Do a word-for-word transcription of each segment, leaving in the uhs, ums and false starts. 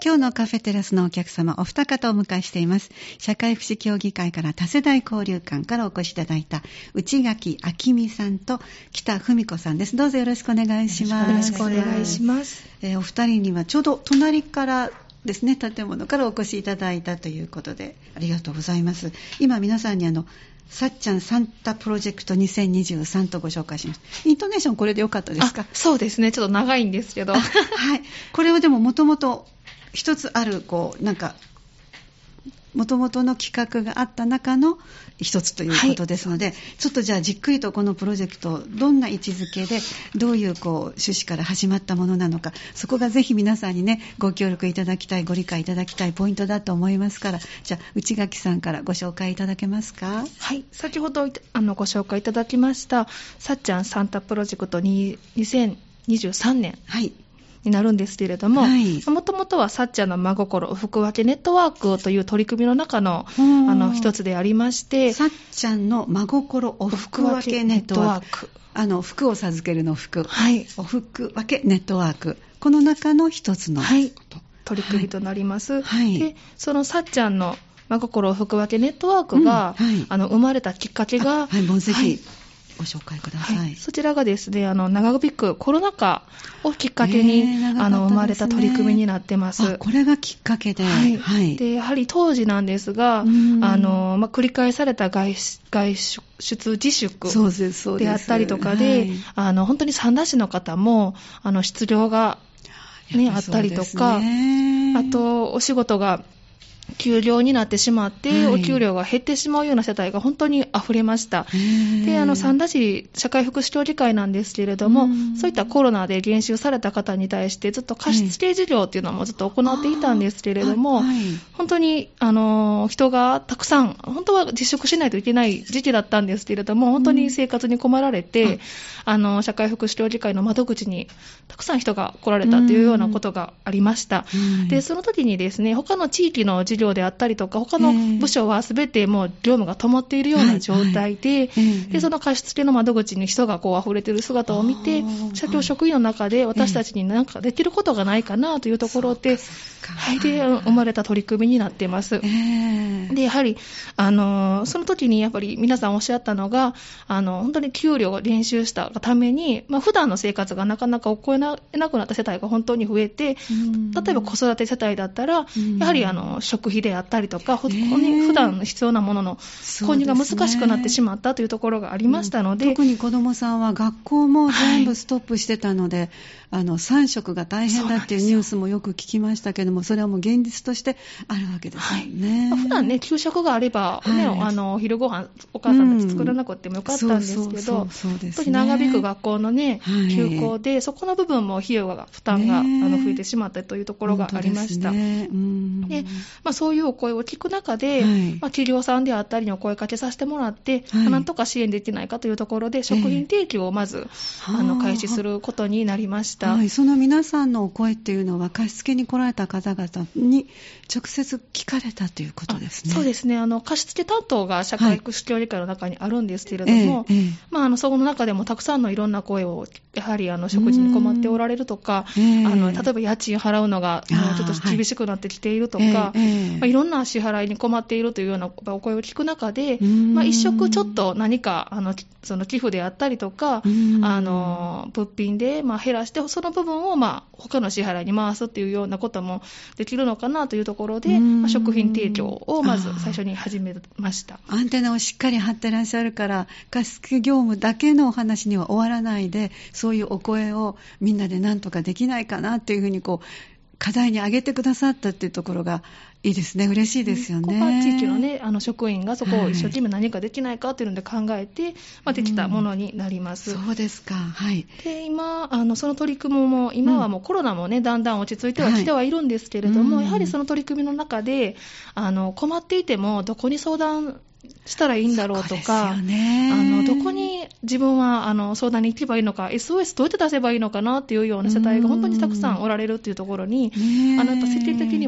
今日のカフェテラスのお客様お二方をお迎えしています。社会福祉協議会から多世代交流館からお越しいただいた内垣明美さんと北文子さんです。どうぞよろしくお願いします。 よろしくお願いします。 えー、お二人にはちょうど隣からですね、建物からお越しいただいたということでありがとうございます。今皆さんにあのさっちゃんサンタプロジェクトにせんにじゅうさんとご紹介します。イントネーションこれでよかったですか？ そうですね、ちょっと長いんですけどはい、 これはでももともと一つあるこうなんかもともとの企画があった中の一つということですので、はい、ちょっとじゃあじっくりとこのプロジェクトどんな位置づけでどういうこう趣旨から始まったものなのか、そこがぜひ皆さんにねご協力いただきたい、ご理解いただきたいポイントだと思いますから、じゃあ内垣さんからご紹介いただけますか？ はい、先ほどあのご紹介いただきましたさっちゃんサンタプロジェクトにせんにじゅうさんねん、はいになるんですけれども、もともとはさっちゃんの真心お福分けネットワークという取り組みの中のあの一つでありまして、 さっちゃんの真心お福分けネットワーク、あの福を授けるの福、はい、お福分けネットワーク、この中の一つの、はい、 取り組みとなります、はい、でそのさっちゃんの真心お福分けネットワークが、うんはい、あの生まれたきっかけが、 はい、もうぜひ、はいご紹介ください。はい、 そちらがですね、あの長引くコロナ禍をきっかけに、えーね、あの生まれた取り組みになってます。 これがきっかけで、 はいはい、でやはり当時なんですが、あのまあ、繰り返された外出、外出自粛であったりとかで、はい、あの本当に三田市の方もあの失業が、ね、あったりとか、あとお仕事が休業になってしまって、はい、お給料が減ってしまうような世帯が本当に溢れました。で、あの三田市社会福祉協議会なんですけれども、そういったコロナで減収された方に対してずっと貸付事業っていうのもずっと行っていたんですけれども、はいはい、本当にあの人がたくさん、本当は自粛しないといけない時期だったんですけれども、本当に生活に困られて、うん、あの社会福祉協議会の窓口にたくさん人が来られたというようなことがありました。で、その時にですね、他の地域の事業であったりとか他の部署はすべてもう業務が止まっているような状態で、はいはい、でその貸付の窓口に人がこう溢れている姿を見て、社協職員の中で私たちに何かできることがないかなというところで、はい、で生まれた取り組みになっています。えー、でやはりあのその時にやっぱり皆さんおっしゃったのが、あの本当に給料を練習したために、まあ、普段の生活がなかなか行えなくなった世帯が本当に増えて、例えば子育て世帯だったらやはりあの食費であったりとか、本当に普段必要なものの購入が難しくなってしまったというところがありましたので、 うん、特に子どもさんは学校も全部ストップしてたので、はい、あのさん食が大変だっていうニュースもよく聞きましたけども、それはもう現実としてあるわけですよね。 はい、普段ね給食があれば、ね、はい、あの昼ご飯お母さんたち作らなくてもよかったんですけど、本当に長引く学校のね、はい、休校でそこの部分も費用が負担が、ね、あの増えてしまったというところがありました。ね、うん、でまあ、そういうお声を聞く中で、はい、まあ、企業さんであったりにお声かけさせてもらって、はい、なんとか支援できないかというところで食品提供をまず、えー、あの開始することになりました。 はい、その皆さんのお声っていうのは貸付に来られた方々に直接聞かれたということですね。 そうですね、あの貸付担当が社会福祉協議会の中にあるんですけれども、はい、えーえーまあ、あのそこの中でもたくさんのいろんな声をやはりあの食事に困っておられるとか、えー、あの例えば家賃払うのがもうちょっと厳しくなってきているとか、はい、えーえーまあ、いろんな支払いに困っているというようなお声を聞く中で、まあ、一食ちょっと何かあのその寄付であったりとか、あの物品でまあ減らしてその部分をまあ他の支払いに回すっていうようなこともできるのかなというところで、まあ、食品提供をまず最初に始めました。 アンテナをしっかり張ってらっしゃるから貸付業務だけのお話には終わらないで、そういうお声をみんなで何とかできないかなっていうふうにこう課題に挙げてくださったっていうところがいいですね。嬉しいですよね。 ここは地域のね、あの職員がそこを一生懸命何かできないかというので考えて、はい、まあ、できたものになります。 うん、そうですか。はい。 で、今、あのその取り組みも、今はもうコロナもね、だんだん落ち着いてはきてはいるんですけれども、はい、やはりその取り組みの中で、あの困っていてもどこに相談したらいいんだろうとか、ね、あのどこに自分はあの相談に行けばいいのか、 エスオーエス どうやって出せばいいのかなっていうような世帯が本当にたくさんおられるっていうところに、あのやっぱ世間的に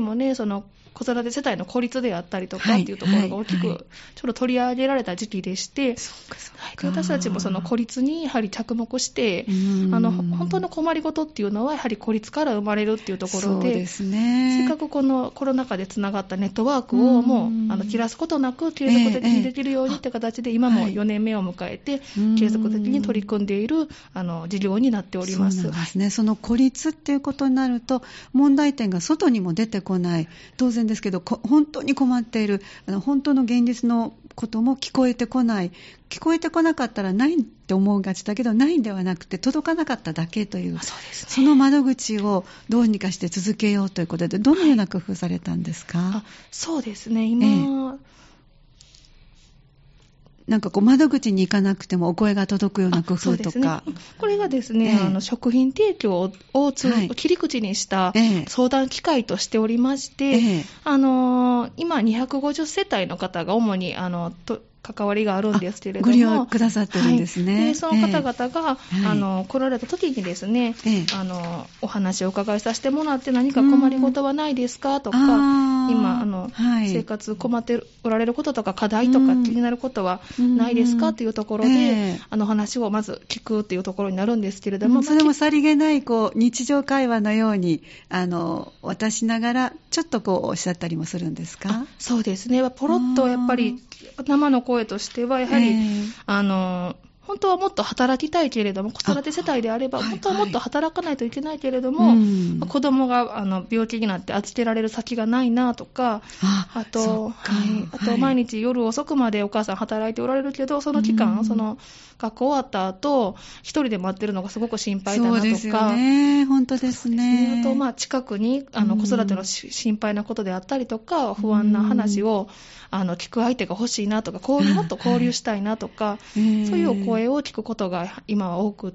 もね、その子育て世帯の孤立であったりとかっていうところが大きくちょっと取り上げられた時期でして、私たちもその孤立にやはり着目して、あの本当の困りごとっていうのはやはり孤立から生まれるっていうところ で, です、ね、せっかくこのコロナ禍でつながったネットワークをもうあの切らすことなく継続的にできるようにって形で、今もよねんめを迎えて継続的に取り組んでいるあの事業になっております。 そうなんですね。その孤立っていうことになると問題点が外にも出てこない、当然ですけど本当に困っている、あの本当の現実のことも聞こえてこない、聞こえてこなかったらないって思うがちだけど、ないんではなくて届かなかっただけという、 そうですね、その窓口をどうにかして続けようということで、どのような工夫されたんですか？ はい、あそうですね、今、ええなんかこう窓口に行かなくてもお声が届くような工夫とか、 ね、これがですね、ええ、あの食品提供をつ、はい、切り口にした相談機会としておりまして、ええ、あの今にひゃくごじゅっせたいの方が主にあのと関わりがあるんですけれども、 ご利用くださってるんですね。 はい、でその方々が、えー、あの来られた時にですね、えー、あのお話をお伺いさせてもらって、何か困りごとはないですかとか、今あの、はい、生活困っておられることとか課題とか気になることはないですかというところで、えー、あの話をまず聞くというところになるんですけれども、 それもさりげないこう日常会話のようにあの渡しながらちょっとこうおっしゃったりもするんですか？ そうですね、ポロッとやっぱり生の声としてはやはり、えー、あの本当はもっと働きたいけれども、子育て世帯であれば本当はもっと働かないといけないけれども、はいはい、子供があの病気になって預けられる先がないなとか、 あ, あ, と、はい、あと毎日夜遅くまでお母さん働いておられるけど、その期間、その学校終わった後一人で待ってるのがすごく心配だなとか、 そうですよね、本当ですね。 あと、まあ、近くにあの子育ての心配なことであったりとか、不安な話をあの聞く相手が欲しいなとか、こういうもっと交流したいなとか、はい、そういうお声を聞くことが今は多くって、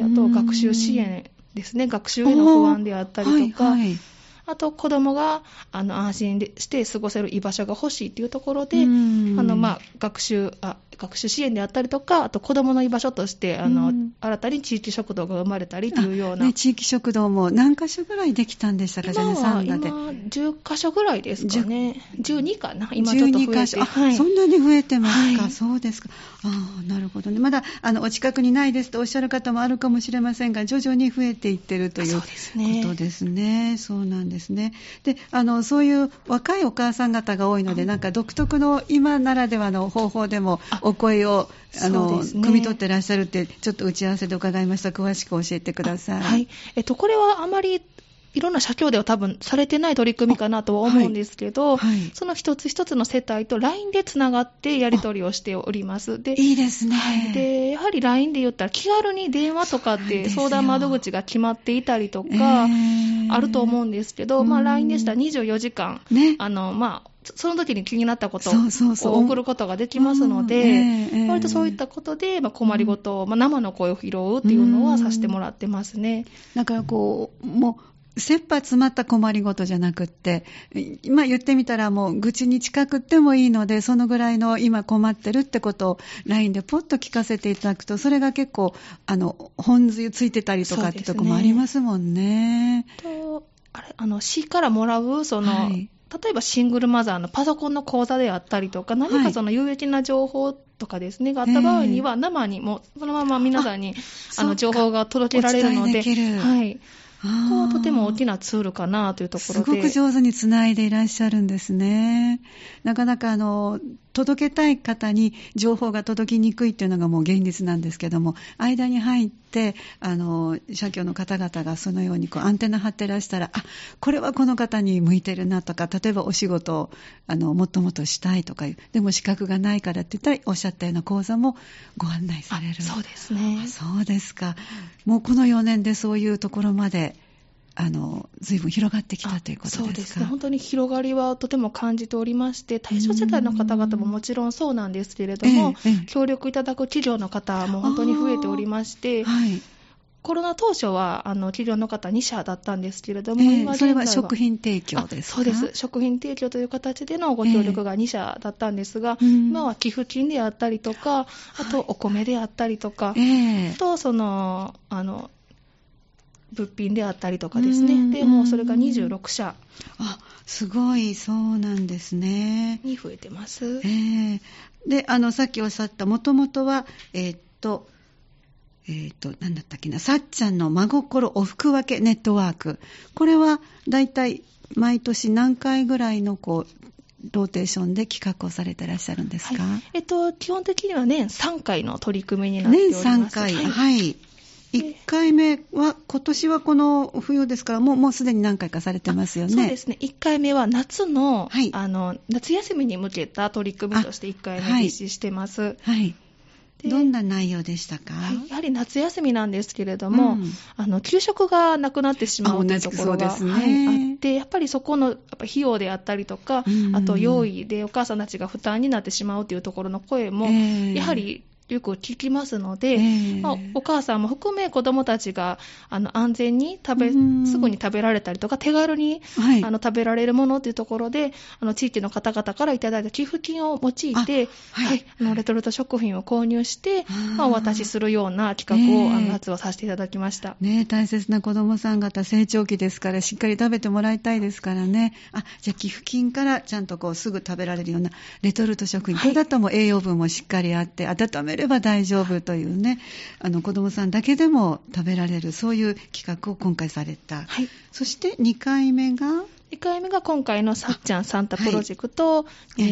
あと学習支援ですね、学習への不安であったりとか、はいはい、あと子供があの安心して過ごせる居場所が欲しいというところで、あの、まあ、学習あ学習支援であったりとか、あと子供の居場所としてあの新たに地域食堂が生まれたりというような、 ね、地域食堂も何か所ぐらいできたんでしたか？ 今は今じゅっかしょぐらいですかね。じゅうにかな、今ちょっと増えて、 はい、そんなに増えてますか？はい、そうですか。あ、なるほどね。まだあのお近くにないですとおっしゃる方もあるかもしれませんが、徐々に増えていってるということですね。そうなんですね。で、あのそういう若いお母さん方が多いので、なんか独特の今ならではの方法でもお声をあの、ね、汲み取ってらっしゃるってちょっと打ち合わせで伺いました。詳しく教えてください。 はい、えっと、これはあまりいろんな社協では多分されてない取り組みかなとは思うんですけど、はいはい、その一つ一つの世帯と ライン でつながってやり取りをしております。で、 いいですね。 で、やはり ライン で言ったら気軽に電話とかって相談窓口が決まっていたりとかあると思うんですけど、まあ、ライン でしたらにじゅうよじかん、ね、あのまあその時に気になったことを送ることができますので、そうそうそう、えー、割とそういったことで、まあ、困りごとを、まあ、生の声を拾うっていうのはさせてもらってますね。 だからこうもう切羽詰まった困りごとじゃなくって、今言ってみたらもう愚痴に近くってもいいので、そのぐらいの今困ってるってことを ライン でポッと聞かせていただくと、それが結構あの本つゆてたりとかってとこもありますもんね。 とあれあの市からもらうその、はい、例えばシングルマザーのパソコンの口座であったりとか、何かその有益な情報とかですね、はい、があった場合には生にもそのまま皆さんに あ, あの情報が届けられるので、はい、と, とても大きなツールかなというところで、 すごく上手につないでいらっしゃるんですね。なかなかあの届けたい方に情報が届きにくいというのがもう現実なんですけども、間に入ってあの社協の方々がそのようにこうアンテナ張ってらしたら、あ、これはこの方に向いてるなとか、例えばお仕事をあのもっともっとしたいとかいう、でも資格がないからって言ったらおっしゃったような講座もご案内される。 そうですね。 そうですか。もうこのよねんでそういうところまであの随分広がってきたということですか？ そうですね。本当に広がりはとても感じておりまして、対象世帯の方々ももちろんそうなんですけれども、ええええ、協力いただく企業の方も本当に増えておりまして、はい、コロナ当初はあの企業の方に社だったんですけれども、 え今それは食品提供ですか？ そうです。食品提供という形でのご協力がに社だったんですが、え今は寄付金であったりとか、あとお米であったりとか、はい、あとそのあの物品であったりとかですね。で、もうそれがにじゅうろくしゃ。 あ、すごい、そうなんですね。 に増えてます。 えー、で、あの、さっきおっしゃった、もともとは、えー、っと、えー、っと、なんだったっけな、さっちゃんの真心お服分けネットワーク。これは、だいたい毎年何回ぐらいの、こう、ローテーションで企画をされていらっしゃるんですか？はい、 えっと、基本的には年さんかいの取り組みになっております。 年さんかい。はい。はい、いっかいめは、今年はこの冬ですから、もう、もうすでに何回かされてますよね。 そうですね。いっかいめは夏の、はい、あの、夏休みに向けた取り組みとしていっかいめ実施してます。はい。はい、 どんな内容でしたか？ はい、やはり夏休みなんですけれども、うん、あの給食がなくなってしまうというところが、ね、はい、あって、やっぱりそこのやっぱ費用であったりとか、うん、あと用意でお母さんたちが負担になってしまうというところの声も、えー、やはりよく聞きますので、えーまあ、お母さんも含め子どもたちがあの安全に食べ、すぐに食べられたりとか、手軽に、はい、あの食べられるものというところで、あの地域の方々からいただいた寄付金を用いて、はいはい、あのレトルト食品を購入して、まあ、お渡しするような企画を、えー、あの夏はさせていただきました。 ね、大切な子どもさん方、成長期ですから、しっかり食べてもらいたいですからね。あ、じゃあ寄付金からちゃんとこうすぐ食べられるようなレトルト食品、はい、これだともう栄養分もしっかりあって、温めれば大丈夫というね、あの子どもさんだけでも食べられる、そういう企画を今回された。はい、そしてにかいめがにかいめが今回のさっちゃんサンタプロジェクト、はい、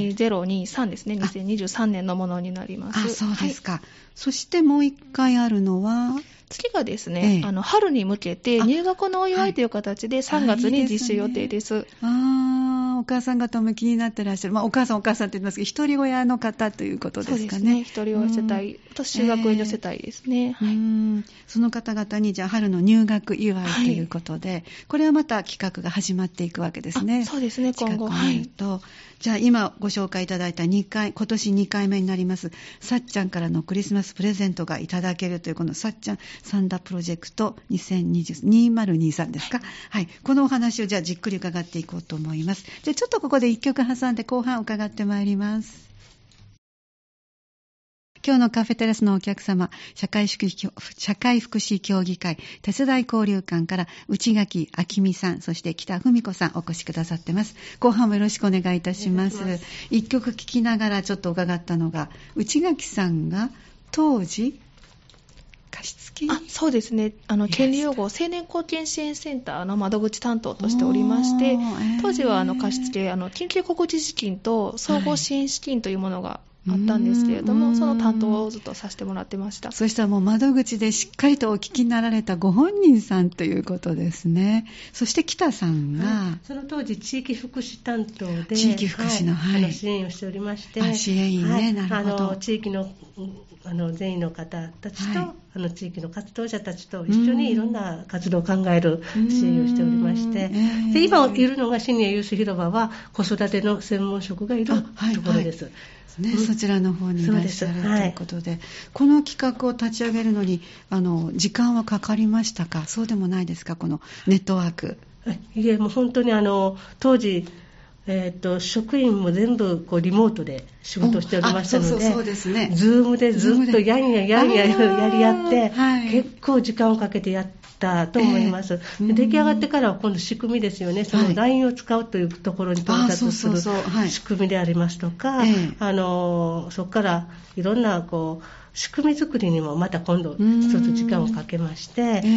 ゼロにさんですね、にせんにじゅうさんねんのものになります。 あ、そうですか。はい、そしてもういっかいあるのは次がですね、ええ、あの春に向けて入学のお祝いという形でさんがつに実施予定です。 あ、あ、お母さん方も気になってらっしゃる、まあ、お母さんお母さんって言いますけど、一人親の方ということですかね。 そうですね、一人親世帯、あと修学援助世帯ですね。えーはい、 うん、その方々にじゃあ春の入学祝いということで、はい、これはまた企画が始まっていくわけですね。 そうですね、今後。 はい、とじゃあ今ご紹介いただいたにかい、今年にかいめになりますさっちゃんからのクリスマスプレゼントがいただけるというこのさっちゃんサンタプロジェクトにせんにじゅう、にせんにじゅうさんですか。はい、このお話をじゃあじっくり伺っていこうと思います。じゃあちょっとここでいっきょく挟んで後半伺ってまいります。今日のカフェテラスのお客様、社会福祉、社会福祉協議会手伝い交流館から内垣明美さん、そして北文子さんお越しくださってます。後半もよろしくお願いいたします。一曲聴きながらちょっと伺ったのが、内垣さんが当時貸付、 あ、そうですね、あの権利擁護青年貢献支援センターの窓口担当としておりまして、えー、当時はあの貸付、あの緊急小口資金と総合支援資金というものが、はい、あったんですけれども、その担当をずっとさせてもらってました。 そしたらもう窓口でしっかりとお聞きになられたご本人さんということですね。そして北さんが、はい、 その当時地域福祉担当で地域福祉の、はい、 あの支援をしておりまして、 あ、支援員ね、はい、なるほど。 あの地域のあの全員の方たちと、はい、あの地域の活動者たちと一緒にいろんな活動を考える支援をしておりまして、で今いるのがシニアユース広場は子育ての専門職がいるところです。 ね、うん、そちらの方にいらっしゃるということで、はい、この企画を立ち上げるのにあの時間はかかりましたか？そうでもないですか？このネットワーク。 いえ、もう本当にあの当時えー、と職員も全部こうリモートで仕事をしておりましたので、 そうそうそうですね、 ズームでずっとやんややんややり合って、はい、結構時間をかけてやったと思います。えー、出来上がってからは今度仕組みですよね。その ライン を使うというところに到達する仕組みでありますとか、あのそこからいろんなこう仕組み作りにもまた今度一つ時間をかけまして、はい、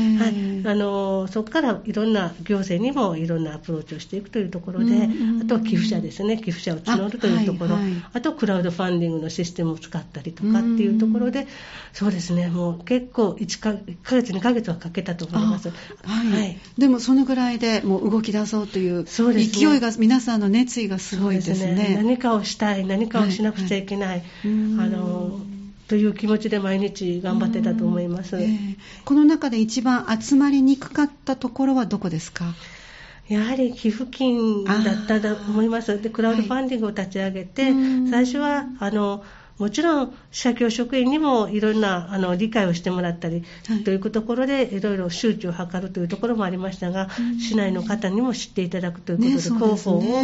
あのそこからいろんな行政にもいろんなアプローチをしていくというところで、あとは寄付者ですね、寄付者を募るというところ、あ,、はいはい、あとクラウドファンディングのシステムを使ったりとかっていうところで、そうですね、もう結構いっかげつにかげつはかけたと思います。 はいはい、でもそのぐらいでもう動き出そうという勢いが、ね、皆さんの熱意がすごいですね。 そうですね、何かをしたい、何かをしなくちゃいけない、はいはい、あのという気持ちで毎日頑張ってたと思います。えー、 この中で一番集まりにくかったところはどこですか？ やはり寄付金だったと思います。でクラウドファンディングを立ち上げて、はい、最初はあのもちろん社協職員にもいろんなあの理解をしてもらったり、はい、というところでいろいろ周知を図るというところもありましたが、うん、市内の方にも知っていただくということで、ね、広報を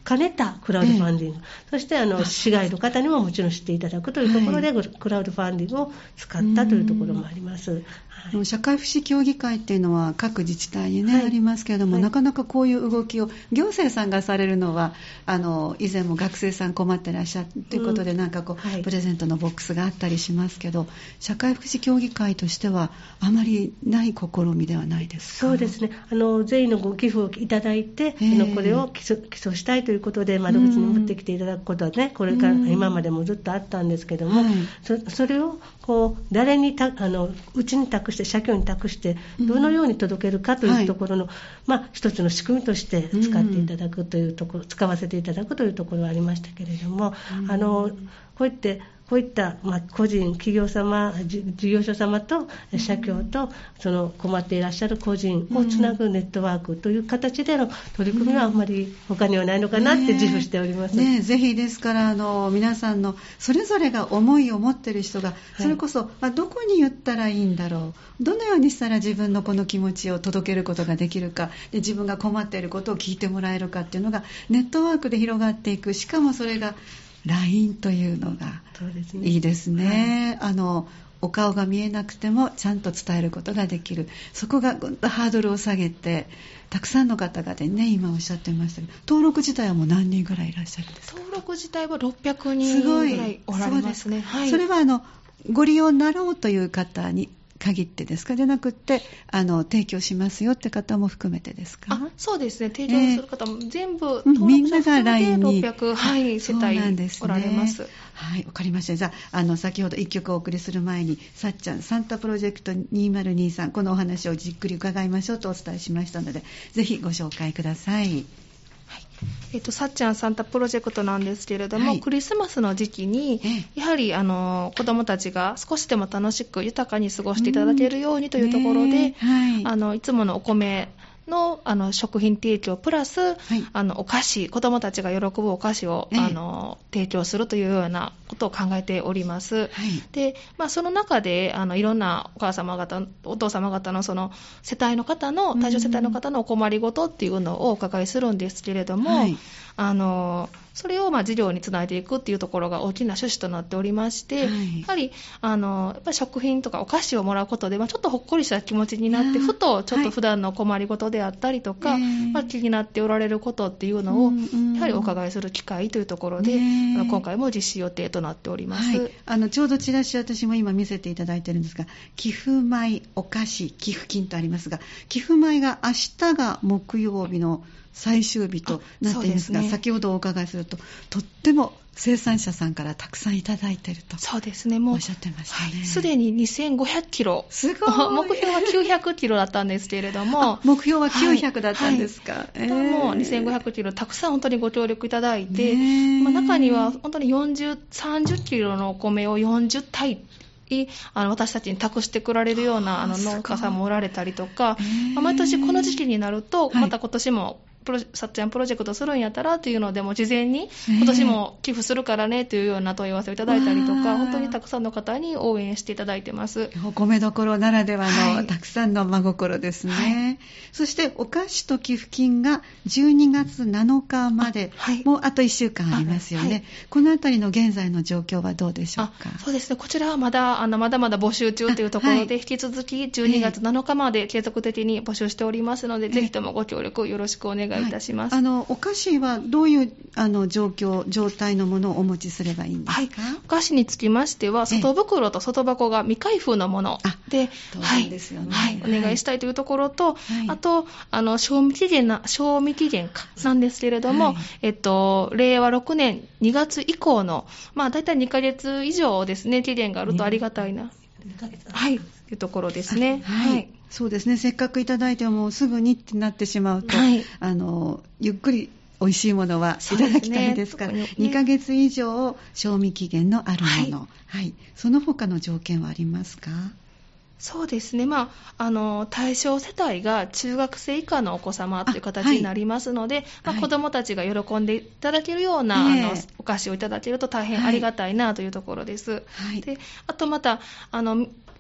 兼ねたクラウドファンディング、えー、そしてあの市外の方にももちろん知っていただくというところで、はい、クラウドファンディングを使ったというところもあります。はい、 社会福祉協議会っていうのは各自治体に、ね、はい、ありますけれども、はい、なかなかこういう動きを行政さんがされるのはあの以前も学生さん困ってらっしゃるということで、うん、なんかこう、はい、プレゼントのボックスがあったりしますけど、社会福祉協議会としてはあまりない試みではないですか？ そうですね、あの善意のご寄付をいただいて、あのこれを基礎、基礎したいということで窓口に持ってきていただくことはね、これから今までもずっとあったんですけども、はい、そ, それをこう誰にたあのうちに託して、社協に託してどのように届けるかというところの、うん、はい、まあ、一つの仕組みとして使っていただくというところ、うん、使わせていただくというところはありましたけれども、うん、あのこういってこういった、まあ、個人、企業様、事業所様と社協とその困っていらっしゃる個人をつなぐネットワークという形での取り組みはあんまり他にはないのかなって自負しております。 ねえ、ぜひですからあの皆さんのそれぞれが思いを持っている人がそれこそ、はい、まあ、どこに言ったらいいんだろう、どのようにしたら自分のこの気持ちを届けることができるかで、自分が困っていることを聞いてもらえるかっていうのがネットワークで広がっていく。しかもそれが ライン というのがいいですね。はい、あのお顔が見えなくてもちゃんと伝えることができる。そこがぐんとハードルを下げて、たくさんの方がね、今おっしゃってましたけど、登録自体はもう何人ぐらいいらっしゃるんですか？ 登録自体はろっぴゃくにんぐらいおられますね。はい、 それはあのご利用になろうという方に限ってですか？じゃなくってあの提供しますよって方も含めてですか？ あ、そうですね、提供する方も全部、えー、登録者含めてろっぴゃく、はい、世帯おられます。 はい、わかりました。じゃあ、あの先ほどいっきょくお送りする前にさっちゃんサンタプロジェクトにせんにじゅうさん、このお話をじっくり伺いましょうとお伝えしましたので、ぜひご紹介ください。 はい、えー、とさっちゃんサンタプロジェクトなんですけれども、はい、クリスマスの時期にやはりあの子どもたちが少しでも楽しく豊かに過ごしていただけるようにというところで、ね、はい、あのいつものお米の, あの食品提供プラス、はい、あのお菓子、子どもたちが喜ぶお菓子を、ええ、あの提供するというようなことを考えております。はい、で、まあ、その中であのいろんなお母様方、お父様方のその世帯の方の対象世帯の方のお困りごとっていうのをお伺いするんですけれども、はい、あのそれをまあ事業につないでいくっていうところが大きな趣旨となっておりまして、はい、やはりあのやっぱり食品とかお菓子をもらうことで、まあ、ちょっとほっこりした気持ちになって、ふとちょっと普段の困りごとであったりとか、はい、まあ、気になっておられることっていうのを、うんうん、やはりお伺いする機会というところで、あの今回も実施予定となっております。はい、 あのちょうどチラシ私も今見せていただいてるんですが、寄付米、お菓子、寄付金とありますが、寄付米が明日が木曜日の最終日となっていますが、す、ね、先ほどお伺いするととっても生産者さんからたくさんいただいているとそうですね、もうおっしゃってましたね。 すで、はい、ににせんごひゃくキロ、 すごい目標はきゅうひゃくキロだったんですけれども、 目標はきゅうひゃくだったんですか？はい、 えー、もうにせんごひゃくキロたくさん本当にご協力いただいて、まあ、中には本当によんじゅう、さんじゅっキロのお米をよんじゅうたいあの私たちに託してくられるようなあの農家さんもおられたりとか、まあ、毎年この時期になると、また今年もプロさっちゃんプロジェクトするんやったらというので、も事前に今年も寄付するからねというような問い合わせをいただいたりとか、本当にたくさんの方に応援していただいてます。 お米どころならではの、はい、たくさんの真心ですね。はい、そしてお菓子と寄付金がじゅうにがつなのかまで、はい、もうあといっしゅうかんありますよね。はい、このあたりの現在の状況はどうでしょうか？ あ、そうですね、こちらはまだあのまだまだ募集中というところで、はい、引き続きじゅうにがつなのかまで継続的に募集しておりますので、ぜひともご協力よろしくお願いいたします。はい、 あのお菓子はどういうあの状況状態のものをお持ちすればいいんですか？はい、 お菓子につきましては外袋と外箱が未開封のもので、 はい、ですよね、 はい、お願いしたいというところと、はい、あとあの賞味期限な賞味期限なんですけれども、はい、えっと、れいわろくねんにがつ以降の、まあ、だいたいにかげつ以上ですね、期限があるとありがたいな、にかげつ、はい、というところですね。 はい、はい、そうですね、せっかくいただいてもすぐにってなってしまうと、はい、あのゆっくり美味しいものはいただきたいですから、ね、にかげつ以上賞味期限のあるもの、はいはい、その他の条件はありますか？ そうですね、まあ、あの対象世帯が中学生以下のお子様という形になりますので、はい、まあ、子どもたちが喜んでいただけるような、はい、あのお菓子をいただけると大変ありがたいなというところです。はい、であとまたあの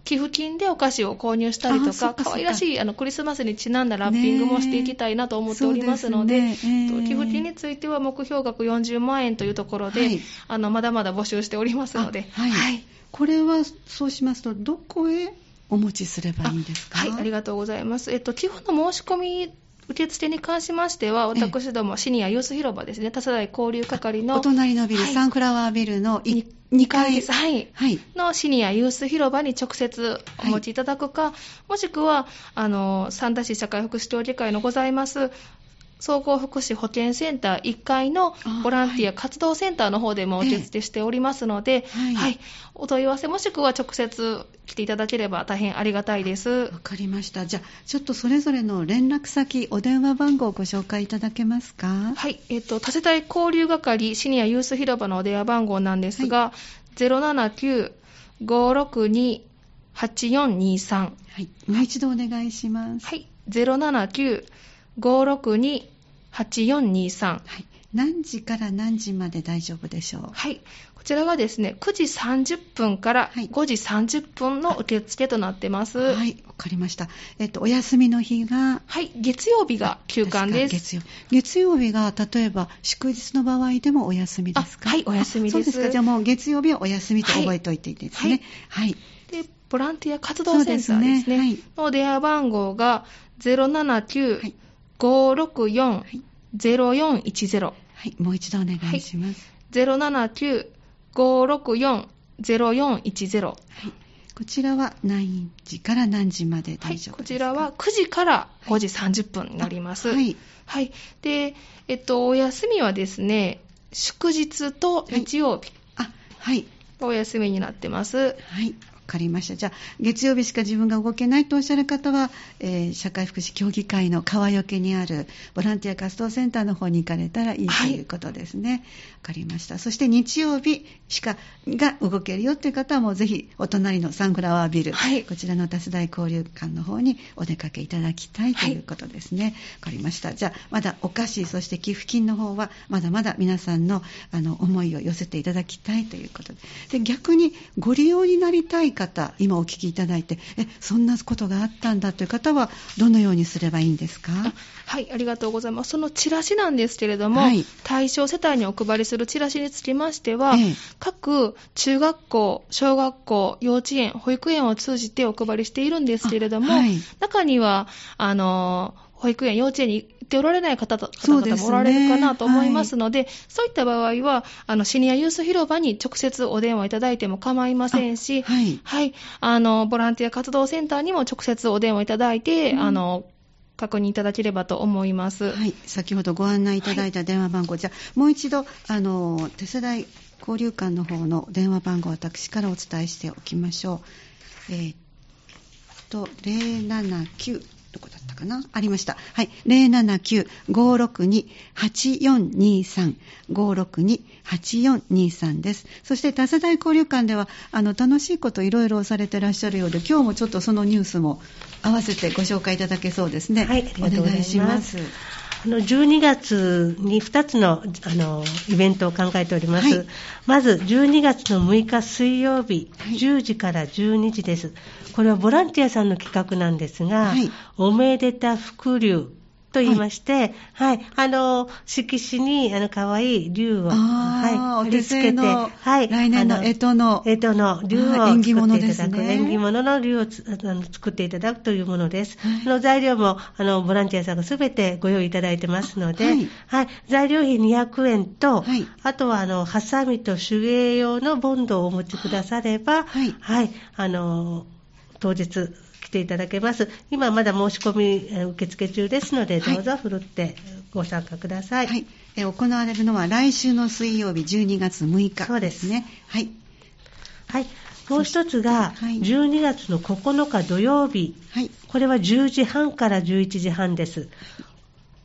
寄付金でお菓子を購入したりとか、可愛らしいあのクリスマスにちなんだラッピングもしていきたいなと思っておりますので、ねえー、寄付金については目標額よんじゅうまんえんというところで、はい、あのまだまだ募集しておりますので、 はいはい、これはそうしますとどこへお持ちすればいいんですか？ はい、ありがとうございます。えっと、寄付の申し込み受付に関しましては、私どもシニアユース広場ですね、多世代交流係のお隣のビル、はい、サンフラワービルのにかいです、はいはい、のシニアユース広場に直接お持ちいただくか、はい、もしくはあの三田市社会福祉協議会のございます総合福祉保健センターいっかいのボランティア活動センターの方でも受付しておりますので、はいはい、お問い合わせもしくは直接来ていただければ大変ありがたいです。 わかりました。じゃあちょっとそれぞれの連絡先、お電話番号をご紹介いただけますか？ はい、えっと、多世代交流係シニアユース広場のお電話番号なんですが、はい、ゼロななきゅう ごろくに はちよんにさん、 はい、もう一度お願いします。 はい、ゼロななきゅう ごろくに はちよんにさん、はい、 何時から何時まで大丈夫でしょう？ はい、こちらはですね、くじさんじゅっぷんからごじさんじゅっぷんの受付となってます。 はい、わかりました。えっと、お休みの日が、 はい、月曜日が休館です。 月曜、月曜日が例えば祝日の場合でもお休みですか？ はい、お休みです。 そうですか。じゃあもう月曜日はお休みと覚えておいていいですね。はい。はい、 で、ボランティア活動センターですね。ですね、はい、の電話番号がゼロななきゅう ごろくよん ゼロよんいちゼロ、 はい、もう一度お願いします。はい、 ゼロななきゅう ごろくよん ゼロよんいちゼロ、 はい、こちらは何時から何時まで大丈夫ですか？はい、 こちらはくじからごじさんじゅっぷんになります。はい、はい、で、えっと、お休みはですね、祝日と日曜日、 はい、あ、はい、 お休みになってます。 はい、わかりました。じゃあ月曜日しか自分が動けないとおっしゃる方は、えー、社会福祉協議会の川除にあるボランティア活動センターの方に行かれたらいい、はい、ということですね。わかりました。そして日曜日しかが動けるよという方はもうぜひお隣のサンフラワービル、はい、こちらの多世代交流館の方にお出かけいただきたいということですね。はい、わかりました。じゃあまだお菓子、そして寄付金の方はまだまだ皆さんのあの思いを寄せていただきたいということで、で逆にご利用になりたい方、今お聞きいただいて、えそんなことがあったんだという方はどのようにすればいいんですか？ はい、ありがとうございます。そのチラシなんですけれども、はい、対象世帯にお配りするチラシにつきましては、ええ、各中学校、小学校、幼稚園、保育園を通じてお配りしているんですけれども、はい、中にはあの保育園、幼稚園に行っておられない方々もおられるかなと思いますので、そう、ね、はい、そういった場合はあのシニアユース広場に直接お電話いただいても構いませんし、はいはい、あのボランティア活動センターにも直接お電話いただいて、うん、あの確認いただければと思います。 はい、先ほどご案内いただいた電話番号、はい、じゃあもう一度あの手世代交流館の方の電話番号を私からお伝えしておきましょう。えー、っとゼロななきゅうどこだったかな、ありました。はい、ゼロななきゅう ごろくに はちよんにさん ごろくに はちよんにさんです。そして多世代交流館ではあの楽しいこといろいろされていらっしゃるようで、今日もちょっとそのニュースも合わせてご紹介いただけそうですね。はい、お願いします。 あのじゅうにがつにふたつ の, あのイベントを考えております。はい、まずじゅうにがつのむいか水曜日、はい、じゅうじからじゅうにじです。これはボランティアさんの企画なんですが、はい、おめでた福竜と言いまして、はい、はい、あの色紙にあの可愛い竜を、はい、 貼り付けて、はい、来年の干支の干支の竜を作っていただく、縁起物の竜をあの作っていただくというものです。はい、あの材料もあのボランティアさんがすべてご用意いただいてますので、はいはい、材料費にひゃくえんと、はい、あとはあのハサミと手芸用のボンドをお持ちくだされば、はいはい、あの当日来ていただけます。今まだ申し込み受付中ですので、どうぞふるってご参加ください。はい、 え行われるのは来週の水曜日じゅうにがつむいかですね。はい。 はい。もう一つがじゅうにがつのここのか土曜日。はい。これはじゅうじはんからじゅういちじはんです。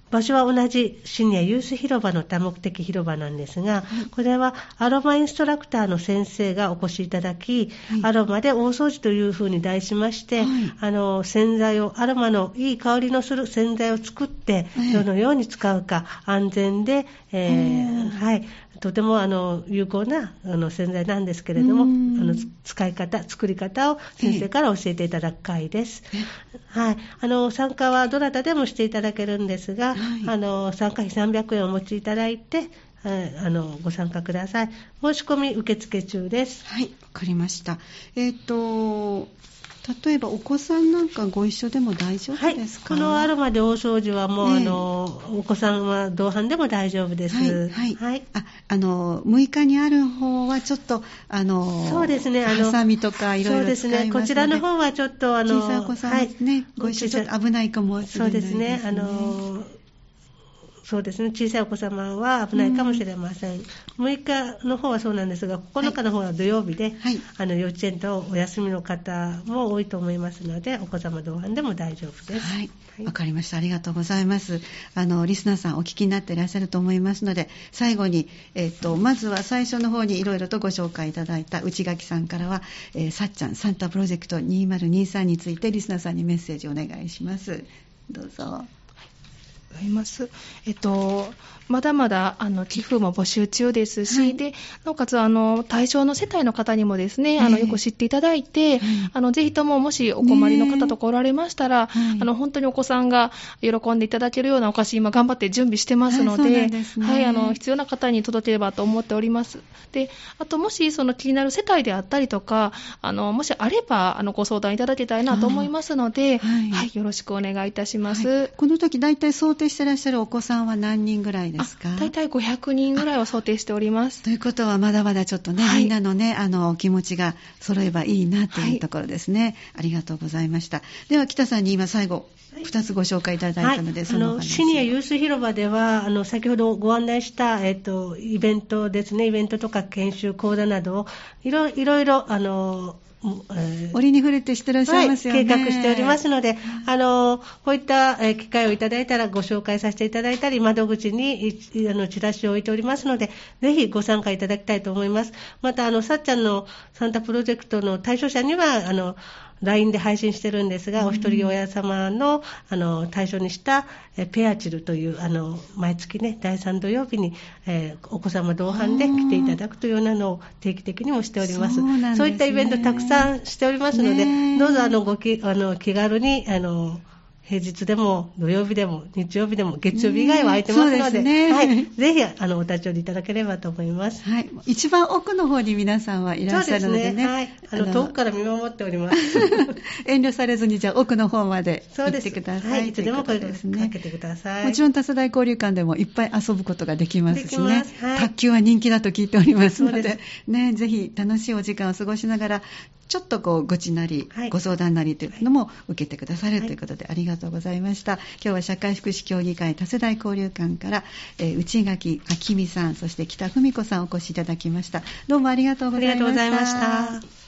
場所は同じシニアユース広場の多目的広場なんですが、はい、これはアロマインストラクターの先生がお越しいただき、はい、アロマで大掃除というふうに題しまして、はい、あの洗剤をアロマのいい香りのする洗剤を作って、はい、どのように使うか安全で、えーはい、とてもあの有効なあの洗剤なんですけれども、あの使い方、作り方を先生から教えていただく会です。はい、あの参加はどなたでもしていただけるんですが、はい、あの参加費さんびゃくえんお持ちいただいて、はい、あのご参加ください。申し込み受付中です。 はい、わかりました。えっと例えばお子さんなんかご一緒でも大丈夫ですか？ はい、このアロマで大掃除はもう、ね、あのお子さんは同伴でも大丈夫です。はい、 はいはい、ああのむいかにある方はちょっとあのそうですね、あのハサミとかいろいろ使いますので、そうですね、 こちらの方はちょっとあの小さいお子さんですね、はい、ご一緒ちょっと危ないかもしれないですね。 そうですね、あのそうですね、小さいお子様は危ないかもしれません。うん、むいかの方はそうなんですが、ここのかの方は土曜日で、はい、あの幼稚園とお休みの方も多いと思いますので、お子様同伴でも大丈夫です。 はい、わ、はい、かりました。ありがとうございます。あのリスナーさんお聞きになっていらっしゃると思いますので、最後に、えー、とまずは最初の方にいろいろとご紹介いただいた内垣さんからは、えー、さっちゃんサンタプロジェクトにせんにじゅうさんについてリスナーさんにメッセージをお願いします。どうぞ。 あります。えっと、まだまだあの寄付も募集中ですし、はい、でなおかつあの対象の世帯の方にもですね、あのよく知っていただいて、はい、あのぜひとももしお困りの方とかおられましたら、はい、あの本当にお子さんが喜んでいただけるようなお菓子今頑張って準備してますので、はい、ね、はい、あの必要な方に届ければと思っております。で、あともしその気になる世帯であったりとか、あのもしあればあのご相談いただけたらなと思いますので、はいはい、よろしくお願いいたします。はい、 この時だいたい想定してらっしゃるお子さんは何人ぐらいですか？ だいたいごひゃくにんぐらいを想定しております。 ということはまだまだちょっとね、はい、みんなのねあの気持ちが揃えばいいなというところですね。はい、ありがとうございました。では北さんに今最後ふたつご紹介いただいたので、はい、そのお話を。あのシニアユース広場ではあの先ほどご案内した、えっと、イベントですね、イベントとか研修講座などをいろいろいろあのえー、折に触れてしてらっしゃいますよね。 はい、計画しておりますので、あのこういった機会をいただいたらご紹介させていただいたり、窓口にあのチラシを置いておりますので、ぜひご参加いただきたいと思います。またあのさっちゃんのサンタプロジェクトの対象者にはあのライン で配信してるんですが、うん、お一人親様 の, あの対象にしたえペアチルというあの毎月ねだいさん土曜日に、えー、お子様同伴で来ていただくというようなのを定期的にもしております。そうなんですね。そういったイベントたくさんしておりますので、どうぞあのごきあの気軽にあの平日でも土曜日でも日曜日でも月曜日以外は空いてますので、ね、はい、ぜひあのお立ち寄りいただければと思います。 はい、一番奥の方に皆さんはいらっしゃるのでね。 そうですね、はい、あの遠くから見守っております。 遠慮されずにじゃあ奥の方まで行ってください。 はい、いつでも声をかけてください。 もちろん多世代交流館でもいっぱい遊ぶことができますしね。 はい、 卓球は人気だと聞いておりますの で, でね、ぜひ楽しいお時間を過ごしながらちょっとこう愚痴なり、はい、ご相談なりというのも受けてくださる、はい、ということでありがとうございました。今日は社会福祉協議会多世代交流館から、えー、内垣明美さん、そして北文子さんお越しいただきました。どうもありがとうございました。 ありがとうございました。